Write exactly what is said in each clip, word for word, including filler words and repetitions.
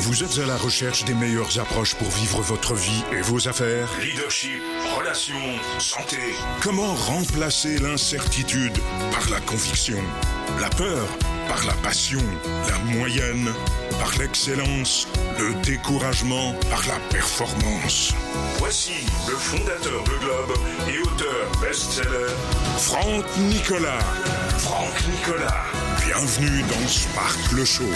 Vous êtes à la recherche des meilleures approches pour vivre votre vie et vos affaires? Leadership, relations, santé. Comment remplacer l'incertitude par la conviction? La peur par la passion? La moyenne par l'excellence? Le découragement par la performance? Voici le fondateur de Globe et auteur best-seller, Franck Nicolas. Franck Nicolas. Bienvenue dans Spark le Show.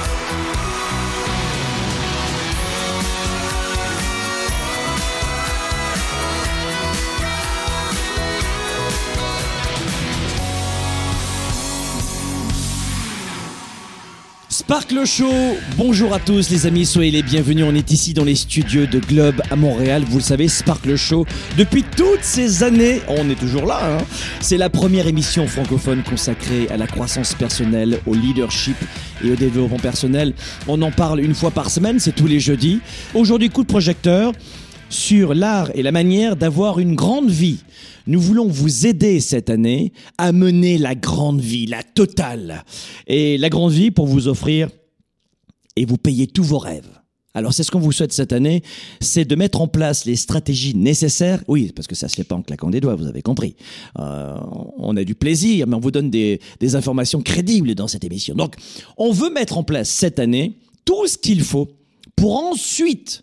Spark le Show, bonjour à tous les amis, soyez les bienvenus, on est ici dans les studios de Globe à Montréal, vous le savez, Spark le Show, depuis toutes ces années, on est toujours là, hein. C'est la première émission francophone consacrée à la croissance personnelle, au leadership et au développement personnel. On en parle une fois par semaine, c'est tous les jeudis. Aujourd'hui, coup de projecteur sur l'art et la manière d'avoir une grande vie. Nous voulons vous aider cette année à mener la grande vie, la totale. Et la grande vie pour vous offrir et vous payer tous vos rêves. Alors c'est ce qu'on vous souhaite cette année, c'est de mettre en place les stratégies nécessaires. Oui, parce que ça se fait pas en claquant des doigts, vous avez compris. Euh, on a du plaisir, mais on vous donne des, des informations crédibles dans cette émission. Donc, on veut mettre en place cette année tout ce qu'il faut pour ensuite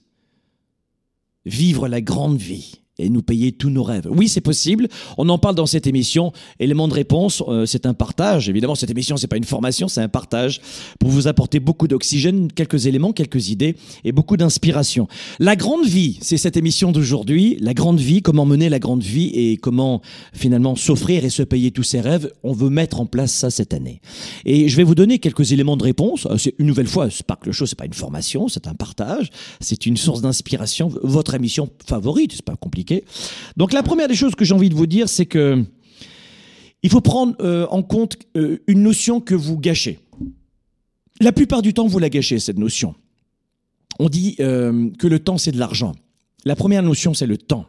vivre la grande vie et nous payer tous nos rêves. Oui, c'est possible. On en parle dans cette émission. Élément de réponse, euh, c'est un partage. Évidemment, cette émission, c'est pas une formation, c'est un partage pour vous apporter beaucoup d'oxygène, quelques éléments, quelques idées et beaucoup d'inspiration. La grande vie, c'est cette émission d'aujourd'hui. La grande vie, comment mener la grande vie et comment finalement s'offrir et se payer tous ses rêves. On veut mettre en place ça cette année. Et je vais vous donner quelques éléments de réponse. C'est une nouvelle fois, Spark le Show, c'est pas une formation, c'est un partage. C'est une source d'inspiration. Votre émission favorite, c'est pas compliqué. Donc la première des choses que j'ai envie de vous dire, c'est que il faut prendre euh, en compte euh, une notion que vous gâchez. La plupart du temps, vous la gâchez, cette notion. On dit euh, que le temps, c'est de l'argent. La première notion, c'est le temps.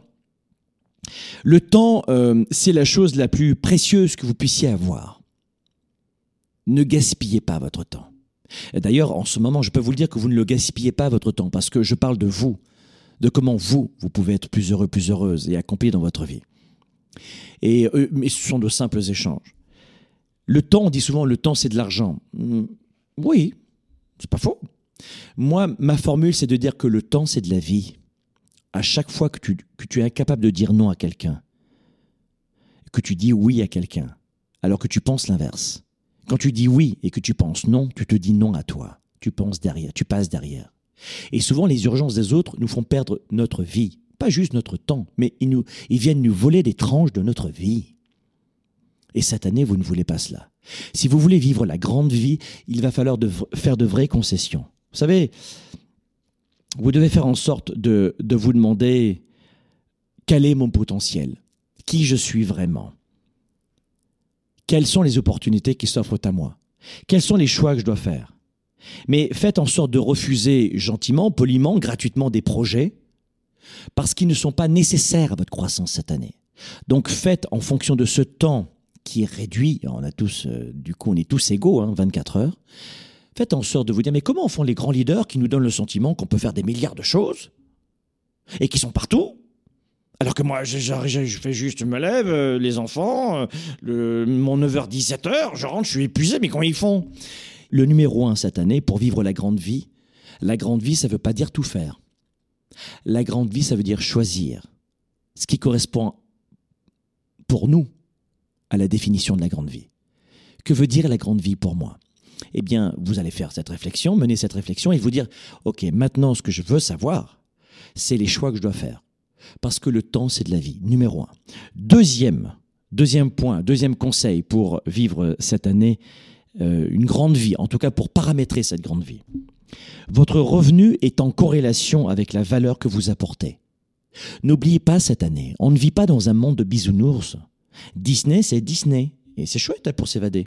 Le temps, euh, c'est la chose la plus précieuse que vous puissiez avoir. Ne gaspillez pas votre temps. D'ailleurs, en ce moment, je peux vous le dire que vous ne le gaspillez pas votre temps, parce que je parle de vous. De comment vous, vous pouvez être plus heureux, plus heureuse et accompli dans votre vie. Et, euh, mais ce sont de simples échanges. Le temps, on dit souvent, le temps, c'est de l'argent. Mmh, oui, c'est pas faux. Moi, ma formule, c'est de dire que le temps, c'est de la vie. À chaque fois que tu, que tu es incapable de dire non à quelqu'un, que tu dis oui à quelqu'un, alors que tu penses l'inverse. Quand tu dis oui et que tu penses non, tu te dis non à toi. Tu penses derrière, tu passes derrière. Et souvent, les urgences des autres nous font perdre notre vie. Pas juste notre temps, mais ils, nous, ils viennent nous voler des tranches de notre vie. Et cette année, vous ne voulez pas cela. Si vous voulez vivre la grande vie, il va falloir de, faire de vraies concessions. Vous savez, vous devez faire en sorte de, de vous demander quel est mon potentiel, qui je suis vraiment, quelles sont les opportunités qui s'offrent à moi, quels sont les choix que je dois faire. Mais faites en sorte de refuser gentiment, poliment, gratuitement des projets parce qu'ils ne sont pas nécessaires à votre croissance cette année. Donc faites en fonction de ce temps qui est réduit, on a tous, euh, du coup on est tous égaux, hein, vingt-quatre heures, faites en sorte de vous dire mais comment font les grands leaders qui nous donnent le sentiment qu'on peut faire des milliards de choses et qui sont partout? Alors que moi, je, je, je fais juste, je me lève, euh, les enfants, euh, le, mon neuf heures dix-sept heures, je rentre, je suis épuisé, mais comment ils font? Le numéro un cette année, pour vivre la grande vie, la grande vie, ça ne veut pas dire tout faire. La grande vie, ça veut dire choisir ce qui correspond pour nous à la définition de la grande vie. Que veut dire la grande vie pour moi? Eh bien, vous allez faire cette réflexion, mener cette réflexion et vous dire, ok, maintenant, ce que je veux savoir, c'est les choix que je dois faire. Parce que le temps, c'est de la vie, numéro un. Deuxième, deuxième point, deuxième conseil pour vivre cette année, Euh, une grande vie, en tout cas pour paramétrer cette grande vie. Votre revenu est en corrélation avec la valeur que vous apportez. N'oubliez pas cette année, on ne vit pas dans un monde de bisounours. Disney, c'est Disney, et c'est chouette hein, pour s'évader.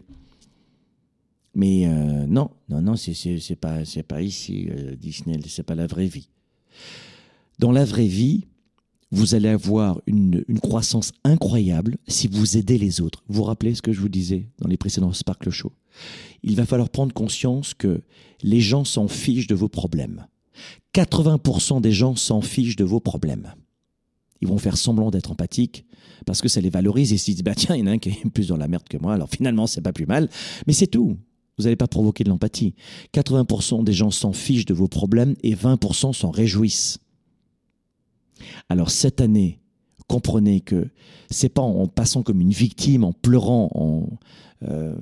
Mais euh, non, non, non, c'est, c'est, c'est pas, c'est pas ici, euh, Disney, c'est pas la vraie vie. Dans la vraie vie, vous allez avoir une, une croissance incroyable si vous aidez les autres. Vous vous rappelez ce que je vous disais dans les précédents Sparkle Show? Il va falloir prendre conscience que les gens s'en fichent de vos problèmes. quatre-vingts pour cent des gens s'en fichent de vos problèmes. Ils vont faire semblant d'être empathiques parce que ça les valorise et ils se disent bah, « tiens, il y en a un qui est plus dans la merde que moi, alors finalement, c'est pas plus mal. » Mais c'est tout. Vous n'allez pas provoquer de l'empathie. quatre-vingts pour cent des gens s'en fichent de vos problèmes et vingt pour cent s'en réjouissent. Alors cette année, comprenez que c'est pas en passant comme une victime, en pleurant, en, euh,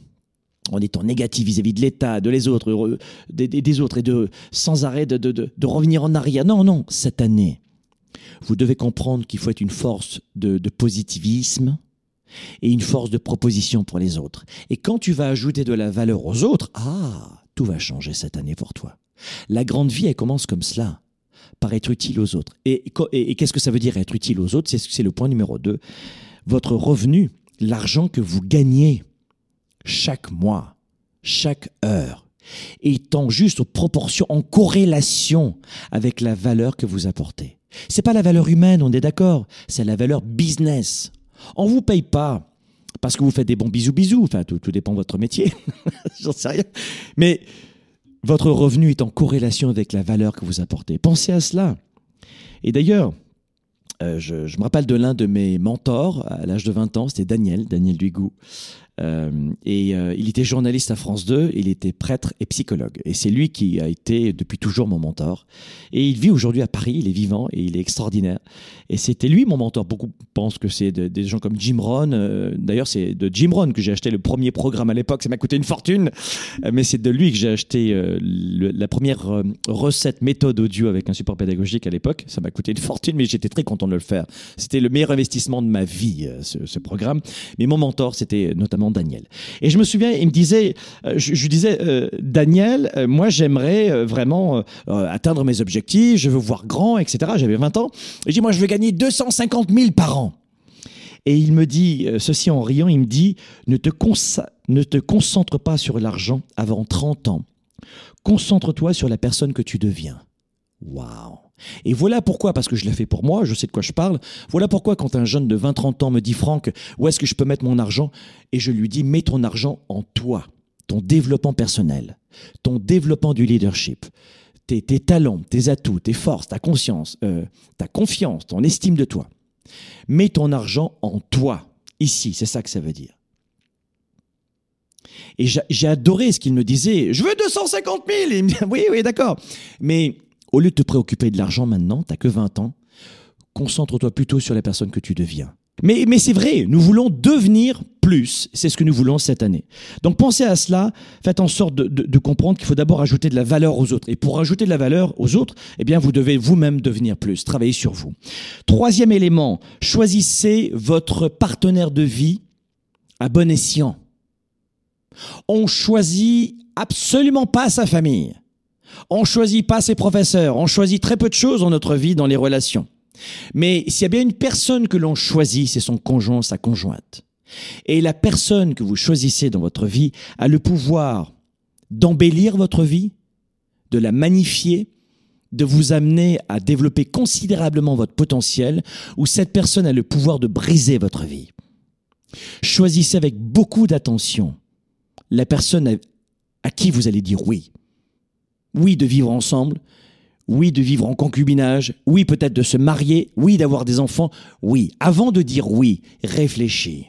en étant négatif vis-à-vis de l'État, de les autres, des, des autres, et de sans arrêt de, de, de, de revenir en arrière. Non, non, cette année, vous devez comprendre qu'il faut être une force de, de positivisme et une force de proposition pour les autres. Et quand tu vas ajouter de la valeur aux autres, ah, tout va changer cette année pour toi. La grande vie, elle commence comme cela, par être utile aux autres. Et, et, et qu'est-ce que ça veut dire être utile aux autres? C'est, c'est le point numéro deux. Votre revenu, l'argent que vous gagnez chaque mois, chaque heure, étant juste aux proportions, en corrélation avec la valeur que vous apportez. C'est pas la valeur humaine, on est d'accord, c'est la valeur business. On vous paye pas parce que vous faites des bons bisous bisous, enfin tout, tout dépend de votre métier, j'en sais rien. Mais votre revenu est en corrélation avec la valeur que vous apportez. Pensez à cela. Et d'ailleurs, euh, je, je me rappelle de l'un de mes mentors à l'âge de vingt ans, c'était Daniel, Daniel Duigou. Euh, et euh, il était journaliste à France deux, il était prêtre et psychologue. Et c'est lui qui a été depuis toujours mon mentor. Et il vit aujourd'hui à Paris, il est vivant et il est extraordinaire. Et c'était lui mon mentor. Beaucoup pensent que c'est de, des gens comme Jim Rohn. Euh, d'ailleurs, c'est de Jim Rohn que j'ai acheté le premier programme à l'époque. Ça m'a coûté une fortune. Euh, mais c'est de lui que j'ai acheté euh, le, la première euh, recette méthode audio avec un support pédagogique à l'époque. Ça m'a coûté une fortune, mais j'étais très content de le faire. C'était le meilleur investissement de ma vie, euh, ce, ce programme. Mais mon mentor, c'était notamment Daniel. Et je me souviens, il me disait, euh, je, je lui disais, euh, Daniel, euh, moi j'aimerais euh, vraiment euh, atteindre mes objectifs, je veux voir grand, et cetera. J'avais vingt ans. Et je dis, moi je veux gagner deux cent cinquante mille par an. Et il me dit, euh, ceci en riant, il me dit, ne te, consa- ne te concentre pas sur l'argent avant trente ans. Concentre-toi sur la personne que tu deviens. Waouh! Et voilà pourquoi, parce que je l'ai fait pour moi, je sais de quoi je parle, voilà pourquoi quand un jeune de vingt trente ans me dit « Franck, où est-ce que je peux mettre mon argent ?» Et je lui dis « Mets ton argent en toi, ton développement personnel, ton développement du leadership, tes, tes talents, tes atouts, tes forces, ta conscience, euh, ta confiance, ton estime de toi. Mets ton argent en toi, ici, c'est ça que ça veut dire. » Et j'ai, j'ai adoré ce qu'il me disait « Je veux deux cent cinquante mille !» Et il me dit « Oui, oui, d'accord. » Mais au lieu de te préoccuper de l'argent maintenant, tu n'as que vingt ans, concentre-toi plutôt sur la personne que tu deviens. Mais, mais c'est vrai, nous voulons devenir plus, c'est ce que nous voulons cette année. Donc pensez à cela, faites en sorte de, de, de comprendre qu'il faut d'abord ajouter de la valeur aux autres. Et pour ajouter de la valeur aux autres, eh bien vous devez vous-même devenir plus, travailler sur vous. Troisième élément, choisissez votre partenaire de vie à bon escient. On choisit absolument pas sa famille. On ne choisit pas ses professeurs, on choisit très peu de choses dans notre vie, dans les relations. Mais s'il y a bien une personne que l'on choisit, c'est son conjoint, sa conjointe. Et la personne que vous choisissez dans votre vie a le pouvoir d'embellir votre vie, de la magnifier, de vous amener à développer considérablement votre potentiel, ou cette personne a le pouvoir de briser votre vie. Choisissez avec beaucoup d'attention la personne à, à qui vous allez dire oui. Oui, de vivre ensemble. Oui, de vivre en concubinage. Oui, peut-être de se marier. Oui, d'avoir des enfants. Oui. Avant de dire oui, réfléchis.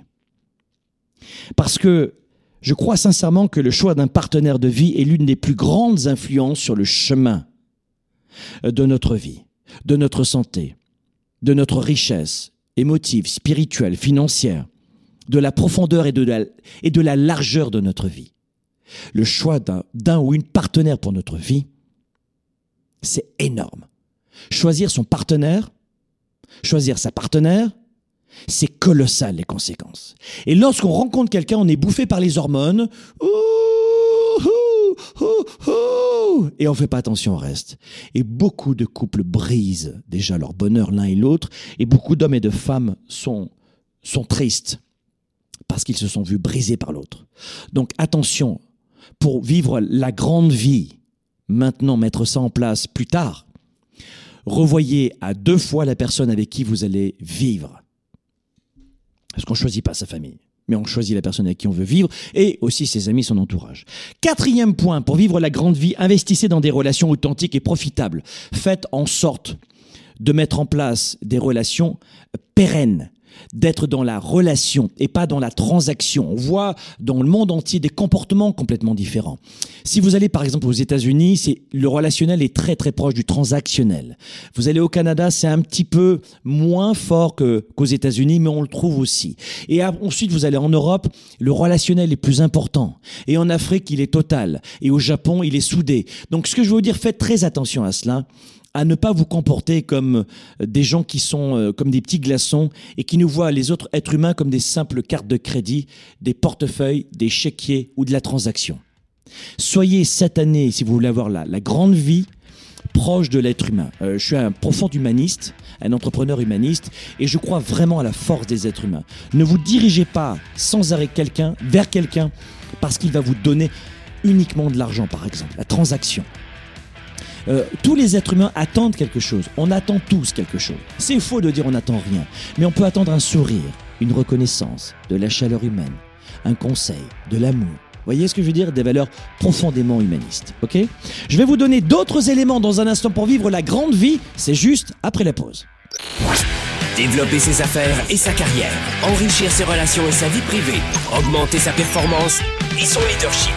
Parce que je crois sincèrement que le choix d'un partenaire de vie est l'une des plus grandes influences sur le chemin de notre vie, de notre santé, de notre richesse émotive, spirituelle, financière, de la profondeur et de la, et de la largeur de notre vie. Le choix d'un, d'un ou une partenaire pour notre vie, c'est énorme. Choisir son partenaire, choisir sa partenaire, c'est colossal les conséquences. Et lorsqu'on rencontre quelqu'un, on est bouffé par les hormones, ouh, ouh, ouh, ouh, et on ne fait pas attention au reste. Et beaucoup de couples brisent déjà leur bonheur l'un et l'autre, et beaucoup d'hommes et de femmes sont, sont tristes parce qu'ils se sont vus brisés par l'autre. Donc attention, pour vivre la grande vie, maintenant mettre ça en place plus tard, revoyez à deux fois la personne avec qui vous allez vivre. Parce qu'on ne choisit pas sa famille, mais on choisit la personne avec qui on veut vivre et aussi ses amis, son entourage. Quatrième point, pour vivre la grande vie, investissez dans des relations authentiques et profitables. Faites en sorte de mettre en place des relations pérennes, d'être dans la relation et pas dans la transaction. On voit dans le monde entier des comportements complètement différents. Si vous allez par exemple aux États-Unis, c'est le relationnel est très très proche du transactionnel. Vous allez au Canada, c'est un petit peu moins fort que qu'aux États-Unis, mais on le trouve aussi. Et ensuite vous allez en Europe, le relationnel est plus important. Et en Afrique, il est total. Et au Japon, il est soudé. Donc ce que je veux vous dire, faites très attention à cela, à ne pas vous comporter comme des gens qui sont euh, comme des petits glaçons et qui nous voient les autres êtres humains comme des simples cartes de crédit, des portefeuilles, des chéquiers ou de la transaction. Soyez cette année, si vous voulez avoir la, la grande vie, proche de l'être humain. Euh, je suis un profond humaniste, un entrepreneur humaniste, et je crois vraiment à la force des êtres humains. Ne vous dirigez pas sans arrêt quelqu'un, vers quelqu'un parce qu'il va vous donner uniquement de l'argent, par exemple, la transaction. Euh, tous les êtres humains attendent quelque chose. On attend tous quelque chose. C'est faux de dire on n'attend rien. Mais on peut attendre un sourire, une reconnaissance, de la chaleur humaine, un conseil, de l'amour. Vous voyez ce que je veux dire? Des valeurs profondément humanistes. Ok? Je vais vous donner d'autres éléments dans un instant pour vivre la grande vie. C'est juste après la pause. Développer ses affaires et sa carrière, enrichir ses relations et sa vie privée, augmenter sa performance et son leadership.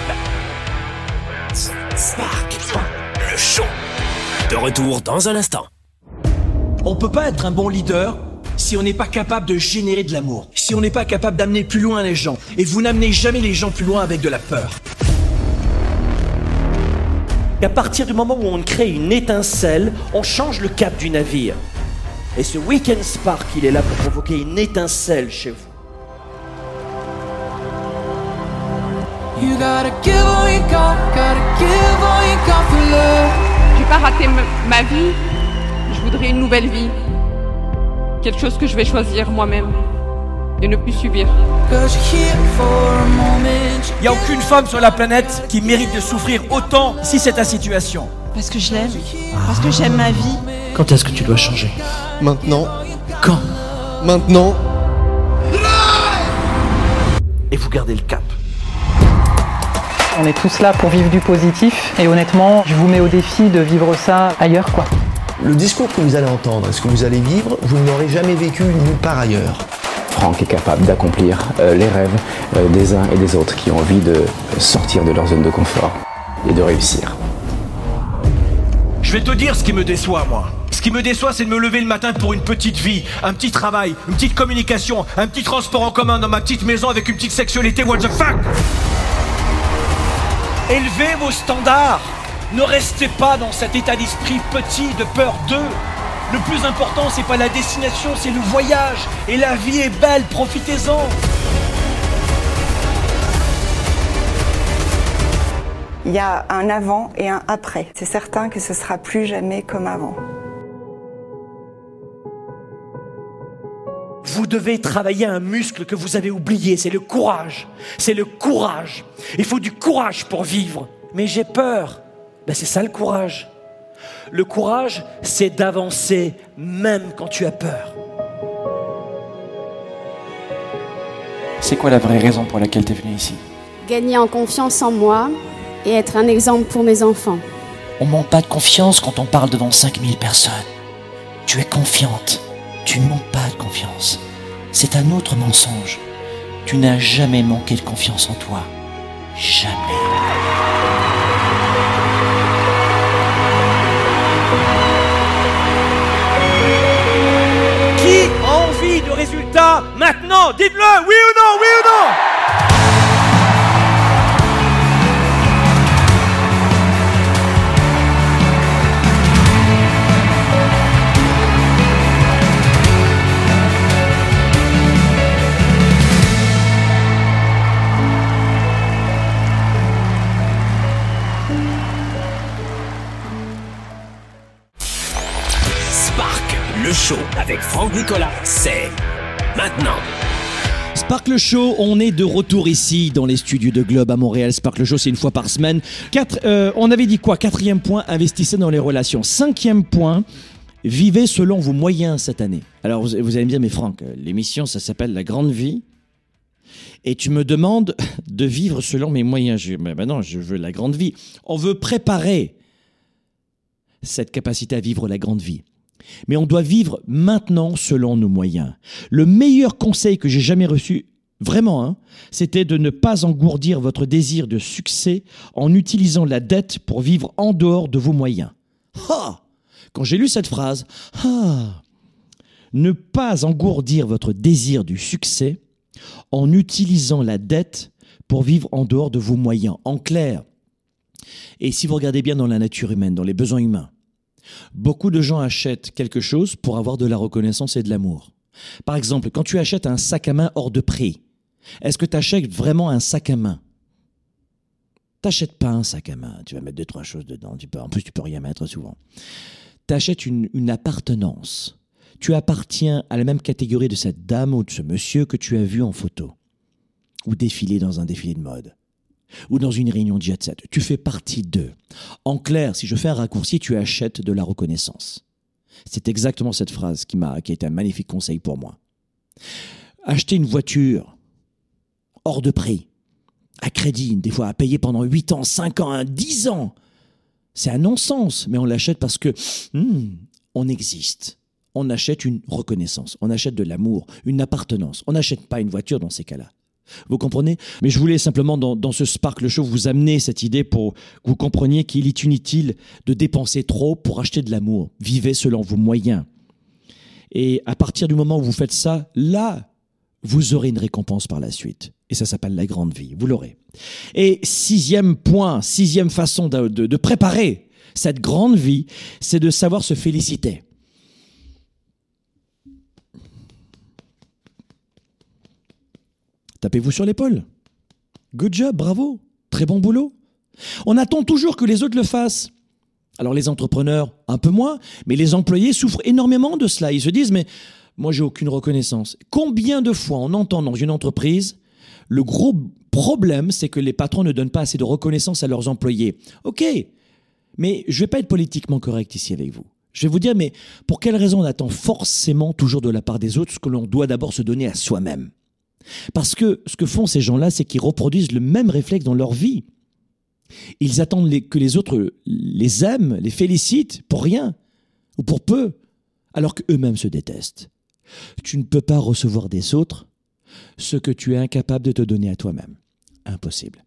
Spark, le show. De retour dans un instant. On peut pas être un bon leader si on n'est pas capable de générer de l'amour, si on n'est pas capable d'amener plus loin les gens. Et vous n'amenez jamais les gens plus loin avec de la peur. Et à partir du moment où on crée une étincelle, on change le cap du navire. Et ce Weekend Spark, il est là pour provoquer une étincelle chez vous. You gotta give all you got, gotta give all you got for love. Je vais pas rater m- ma vie, je voudrais une nouvelle vie. Quelque chose que je vais choisir moi-même et ne plus subir. Il n'y a aucune femme sur la planète qui mérite de souffrir autant si c'est ta situation. Parce que je l'aime, parce que j'aime ma vie. Quand est-ce que tu dois changer? Maintenant. Quand? Maintenant. Et vous gardez le cap. On est tous là pour vivre du positif et honnêtement, je vous mets au défi de vivre ça ailleurs, quoi. Le discours que vous allez entendre et ce que vous allez vivre, vous ne l'aurez jamais vécu nulle part ailleurs. Franck est capable d'accomplir euh, les rêves euh, des uns et des autres qui ont envie de sortir de leur zone de confort et de réussir. Je vais te dire ce qui me déçoit, moi. Ce qui me déçoit, c'est de me lever le matin pour une petite vie, un petit travail, une petite communication, un petit transport en commun dans ma petite maison avec une petite sexualité. What the fuck? Élevez vos standards. Ne restez pas dans cet état d'esprit petit de peur d'eux. Le plus important, c'est pas la destination, c'est le voyage. Et la vie est belle, profitez-en. Il y a un avant et un après. C'est certain que ce sera plus jamais comme avant. Vous devez travailler un muscle que vous avez oublié, c'est le courage. C'est le courage. Il faut du courage pour vivre. Mais j'ai peur. Ben c'est ça le courage. Le courage, c'est d'avancer même quand tu as peur. C'est quoi la vraie raison pour laquelle tu es venu ici? Gagner en confiance en moi et être un exemple pour mes enfants. On manque pas de confiance quand on parle devant cinq mille personnes. Tu es confiante. Tu ne manques pas de confiance. C'est un autre mensonge. Tu n'as jamais manqué de confiance en toi. Jamais. Qui a envie de résultats maintenant? Dites-le, oui ou non, oui ou non? Le show avec Franck Nicolas, c'est maintenant. Sparkle Show, on est de retour ici dans les studios de Globe à Montréal. Sparkle Show, c'est une fois par semaine. Quatre, euh, on avait dit quoi? Quatrième point, investissez dans les relations. Cinquième point, Vivez selon vos moyens cette année. Alors vous, vous allez me dire, mais Franck, l'émission ça s'appelle La Grande Vie et tu me demandes de vivre selon mes moyens. Je, mais ben non, je veux la grande vie. On veut préparer cette capacité à vivre la grande vie. Mais on doit vivre maintenant selon nos moyens. Le meilleur conseil que j'ai jamais reçu, vraiment, hein, c'était de ne pas engourdir votre désir de succès en utilisant la dette pour vivre en dehors de vos moyens. Ah ! Quand j'ai lu cette phrase, ah, ne pas engourdir votre désir du succès en utilisant la dette pour vivre en dehors de vos moyens. En clair, et si vous regardez bien dans la nature humaine, dans les besoins humains, beaucoup de gens achètent quelque chose pour avoir de la reconnaissance et de l'amour. Par exemple, quand tu achètes un sac à main hors de prix, est-ce que tu achètes vraiment un sac à main ? T'achètes pas un sac à main, tu vas mettre deux, trois choses dedans, tu peux, en plus tu peux rien mettre souvent. Tu achètes une, une appartenance. Tu appartiens à la même catégorie de cette dame ou de ce monsieur que tu as vu en photo, ou défiler dans un défilé de mode, ou dans une réunion de jet set. Tu fais partie d'eux. En clair, si je fais un raccourci, tu achètes de la reconnaissance. C'est exactement cette phrase qui m'a, qui a été un magnifique conseil pour moi. Acheter une voiture hors de prix, à crédit, des fois à payer pendant huit ans, cinq ans, dix ans, c'est un non-sens, mais on l'achète parce que hmm, on existe. On achète une reconnaissance, on achète de l'amour, une appartenance. On n'achète pas une voiture dans ces cas-là. Vous comprenez ? Mais je voulais simplement, dans, dans ce Sparkle Show, vous amener cette idée pour que vous compreniez qu'il est inutile de dépenser trop pour acheter de l'amour. Vivez selon vos moyens. Et à partir du moment où vous faites ça, là, vous aurez une récompense par la suite. Et ça s'appelle la grande vie. Vous l'aurez. Et sixième point, sixième façon de, de, de préparer cette grande vie, c'est de savoir se féliciter. Tapez-vous sur l'épaule. Good job, bravo. Très bon boulot. On attend toujours que les autres le fassent. Alors les entrepreneurs, un peu moins, mais les employés souffrent énormément de cela. Ils se disent, mais moi, j'ai aucune reconnaissance. Combien de fois on entend dans une entreprise, le gros problème, c'est que les patrons ne donnent pas assez de reconnaissance à leurs employés. Ok, mais je ne vais pas être politiquement correct ici avec vous. Je vais vous dire, mais pour quelle raison on attend forcément toujours de la part des autres ce que l'on doit d'abord se donner à soi-même ? Parce que ce que font ces gens-là, c'est qu'ils reproduisent le même réflexe dans leur vie. Ils attendent les, que les autres les aiment, les félicitent pour rien ou pour peu, alors qu'eux-mêmes se détestent. Tu ne peux pas recevoir des autres ce que tu es incapable de te donner à toi-même. Impossible.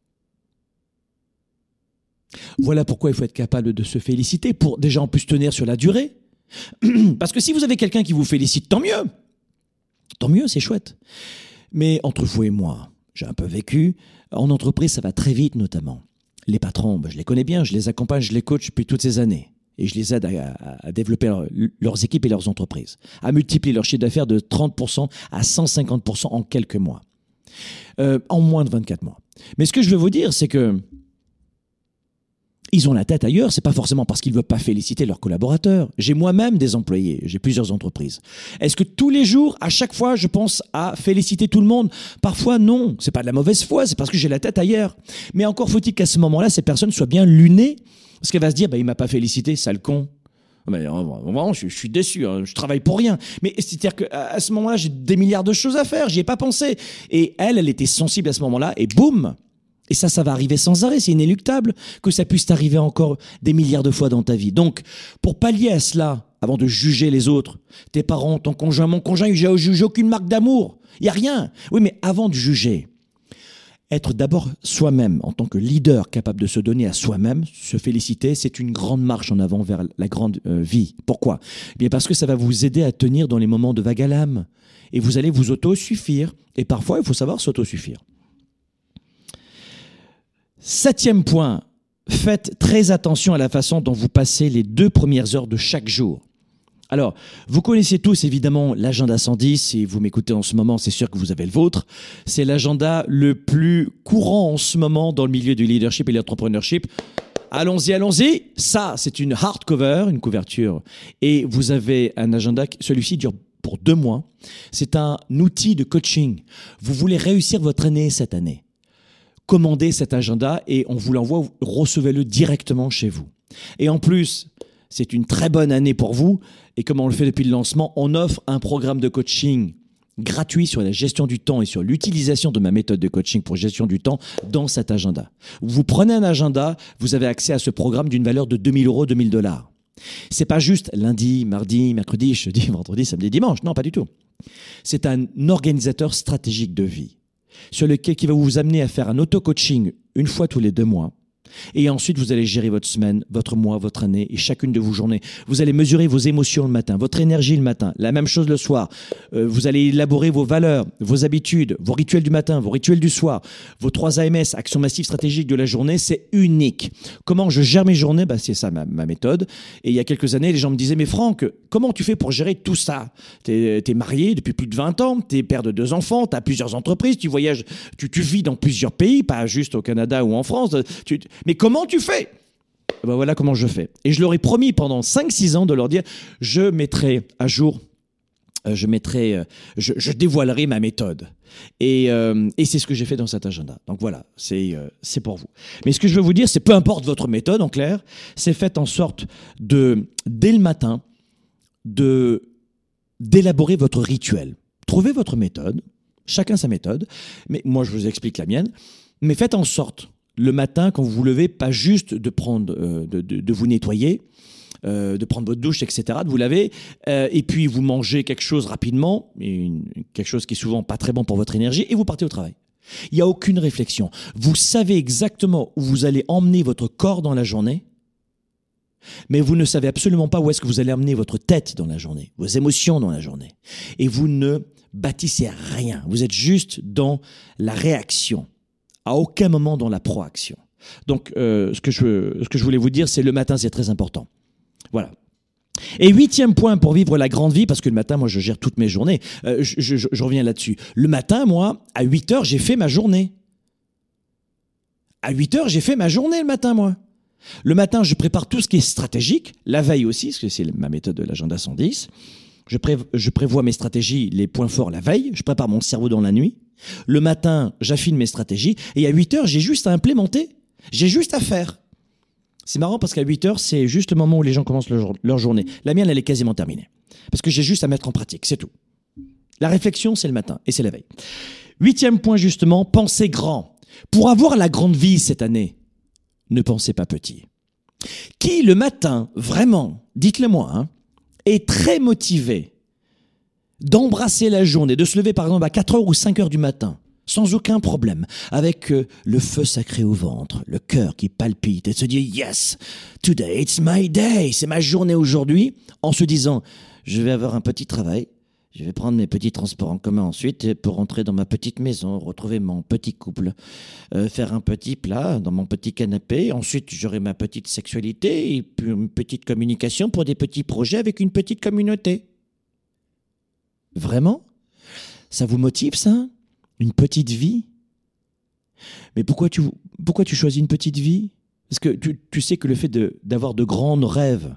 Voilà pourquoi il faut être capable de se féliciter pour déjà en plus tenir sur la durée. Parce que si vous avez quelqu'un qui vous félicite, tant mieux. Tant mieux, c'est chouette. Mais entre vous et moi, j'ai un peu vécu. En entreprise, ça va très vite notamment. Les patrons, ben, je les connais bien, je les accompagne, je les coach depuis toutes ces années. Et je les aide à, à, à développer leur, leurs équipes et leurs entreprises, à multiplier leur chiffre d'affaires de trente pour cent à cent cinquante pour cent en quelques mois, euh, en moins de vingt-quatre mois. Mais ce que je veux vous dire, c'est que ils ont la tête ailleurs, c'est pas forcément parce qu'ils ne veulent pas féliciter leurs collaborateurs. J'ai moi-même des employés, j'ai plusieurs entreprises. Est-ce que tous les jours, à chaque fois, je pense à féliciter tout le monde ? Parfois, non. C'est pas de la mauvaise foi, c'est parce que j'ai la tête ailleurs. Mais encore faut-il qu'à ce moment-là, ces personnes soient bien lunées, parce qu'elle va se dire, bah, il m'a pas félicité, sale con. Mais vraiment, je, je suis déçu, hein, je travaille pour rien. Mais c'est-à-dire qu'à ce moment-là, j'ai des milliards de choses à faire, j'y ai pas pensé. Et elle, elle était sensible à ce moment-là, et boum ! Et ça, ça va arriver sans arrêt, c'est inéluctable que ça puisse t'arriver encore des milliards de fois dans ta vie. Donc, pour pallier à cela, avant de juger les autres, tes parents, ton conjoint, mon conjoint, j'ai jugé aucune marque d'amour, il n'y a rien. Oui, mais avant de juger, être d'abord soi-même, en tant que leader capable de se donner à soi-même, se féliciter, c'est une grande marche en avant vers la grande euh, vie. Pourquoi ? Eh bien parce que ça va vous aider à tenir dans les moments de vague à l'âme. Et vous allez vous autosuffire. Et parfois, il faut savoir s'autosuffire. Septième point, faites très attention à la façon dont vous passez les deux premières heures de chaque jour. Alors, vous connaissez tous évidemment l'agenda cent dix, si vous m'écoutez en ce moment, c'est sûr que vous avez le vôtre. C'est l'agenda le plus courant en ce moment dans le milieu du leadership et de l'entrepreneurship. Allons-y, allons-y. Ça, c'est une hardcover, une couverture. Et vous avez un agenda, celui-ci dure pour deux mois. C'est un outil de coaching. Vous voulez réussir votre année cette année. Commandez cet agenda et on vous l'envoie, recevez-le directement chez vous. Et en plus, c'est une très bonne année pour vous. Et comme on le fait depuis le lancement, on offre un programme de coaching gratuit sur la gestion du temps et sur l'utilisation de ma méthode de coaching pour gestion du temps dans cet agenda. Vous prenez un agenda, vous avez accès à ce programme d'une valeur de deux mille euros, deux mille dollars. C'est pas juste lundi, mardi, mercredi, jeudi, vendredi, samedi, dimanche. Non, pas du tout. C'est un organisateur stratégique de vie sur lequel qui va vous amener à faire un auto-coaching une fois tous les deux mois. Et ensuite, vous allez gérer votre semaine, votre mois, votre année et chacune de vos journées. Vous allez mesurer vos émotions le matin, votre énergie le matin, la même chose le soir. Euh, vous allez élaborer vos valeurs, vos habitudes, vos rituels du matin, vos rituels du soir, vos trois A M S, actions massives stratégiques de la journée. C'est unique. Comment je gère mes journées? Bah, c'est ça ma, ma méthode. Et il y a quelques années, les gens me disaient, mais Franck, comment tu fais pour gérer tout ça? T'es, t'es marié depuis plus de vingt ans, t'es père de deux enfants, t'as plusieurs entreprises, tu voyages, tu, tu vis dans plusieurs pays, pas juste au Canada ou en France. Tu, Mais comment tu fais? Ben voilà comment je fais. Et je leur ai promis pendant cinq six ans de leur dire, je mettrai à jour, euh, je, mettrai, euh, je, je dévoilerai ma méthode. Et, euh, et c'est ce que j'ai fait dans cet agenda. Donc voilà, c'est, euh, c'est pour vous. Mais ce que je veux vous dire, c'est peu importe votre méthode, en clair, c'est faites en sorte de, dès le matin, de, d'élaborer votre rituel. Trouvez votre méthode, chacun sa méthode, mais moi je vous explique la mienne, mais faites en sorte le matin, quand vous vous levez, pas juste de prendre, euh, de, de, de vous nettoyer, euh, de prendre votre douche, et cetera, de vous laver, euh, et puis vous mangez quelque chose rapidement, une, quelque chose qui est souvent pas très bon pour votre énergie, et vous partez au travail. Il n'y a aucune réflexion. Vous savez exactement où vous allez emmener votre corps dans la journée, mais vous ne savez absolument pas où est-ce que vous allez emmener votre tête dans la journée, vos émotions dans la journée. Et vous ne bâtissez rien. Vous êtes juste dans la réaction. À aucun moment dans la proaction. Donc, euh, ce, que je, ce que je voulais vous dire, c'est le matin, c'est très important. Voilà. Et huitième point pour vivre la grande vie, parce que le matin, moi, je gère toutes mes journées. Euh, je, je, je reviens là-dessus. Le matin, moi, à huit heures, j'ai fait ma journée. À huit heures, j'ai fait ma journée le matin, moi. Le matin, je prépare tout ce qui est stratégique. La veille aussi, parce que c'est ma méthode de l'agenda cent dix. Je, pré, je prévois mes stratégies, les points forts la veille. Je prépare mon cerveau dans la nuit. Le matin, j'affine mes stratégies. Et à huit heures, j'ai juste à implémenter. J'ai juste à faire. C'est marrant parce qu'à huit heures, c'est juste le moment où les gens commencent leur, leur journée. La mienne, elle est quasiment terminée. Parce que j'ai juste à mettre en pratique, c'est tout. La réflexion, c'est le matin et c'est la veille. Huitième point, justement, pensez grand. Pour avoir la grande vie cette année, ne pensez pas petit. Qui, le matin, vraiment, dites-le moi, hein, est très motivé d'embrasser la journée, de se lever par exemple à quatre heures ou cinq heures du matin, sans aucun problème, avec euh, le feu sacré au ventre, le cœur qui palpite, et se dire « Yes, today it's my day », c'est ma journée aujourd'hui, en se disant « Je vais avoir un petit travail, je vais prendre mes petits transports en commun ensuite pour rentrer dans ma petite maison, retrouver mon petit couple, euh, faire un petit plat dans mon petit canapé, ensuite j'aurai ma petite sexualité et puis une petite communication pour des petits projets avec une petite communauté. » Vraiment? Ça vous motive, ça? Une petite vie? Mais pourquoi tu, pourquoi tu choisis une petite vie? Parce que tu, tu sais que le fait de, d'avoir de grands rêves,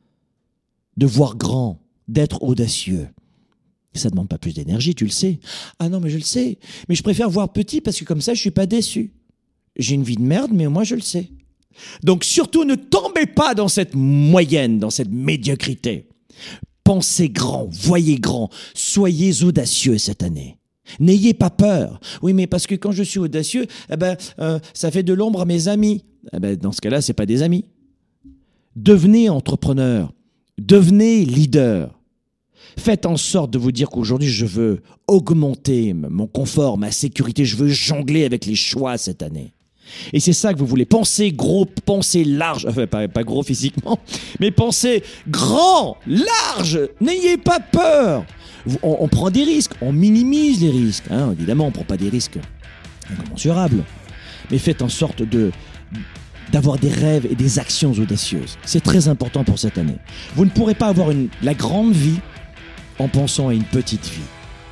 de voir grand, d'être audacieux, ça ne demande pas plus d'énergie, tu le sais. Ah non, mais je le sais. Mais je préfère voir petit parce que comme ça, je ne suis pas déçu. J'ai une vie de merde, mais moi, je le sais. Donc surtout, ne tombez pas dans cette moyenne, dans cette médiocrité. Pensez grand, voyez grand, soyez audacieux cette année. N'ayez pas peur. Oui, mais parce que quand je suis audacieux, eh ben, euh, ça fait de l'ombre à mes amis. Eh ben, dans ce cas-là, ce n'est pas des amis. Devenez entrepreneur, devenez leader. Faites en sorte de vous dire qu'aujourd'hui, je veux augmenter mon confort, ma sécurité, je veux jongler avec les choix cette année. Et c'est ça que vous voulez. Pensez gros, pensez large. Enfin, pas, pas gros physiquement, mais pensez grand, large. N'ayez pas peur. On, on prend des risques, on minimise les risques. Hein. Évidemment, on ne prend pas des risques incommensurables. Mais faites en sorte de, d'avoir des rêves et des actions audacieuses. C'est très important pour cette année. Vous ne pourrez pas avoir une, la grande vie en pensant à une petite vie.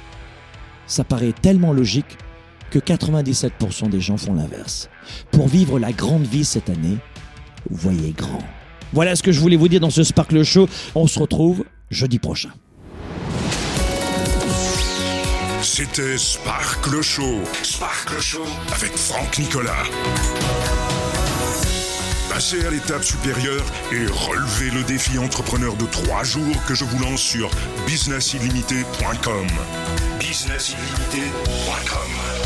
Ça paraît tellement logique que quatre-vingt-dix-sept pour cent des gens font l'inverse. Pour vivre la grande vie cette année, voyez grand. Voilà ce que je voulais vous dire dans ce Sparkle Show. On se retrouve jeudi prochain. C'était Sparkle Show. Sparkle Show avec Franck Nicolas. Passez à l'étape supérieure et relevez le défi entrepreneur de trois jours que je vous lance sur business illimité point com. business illimité point com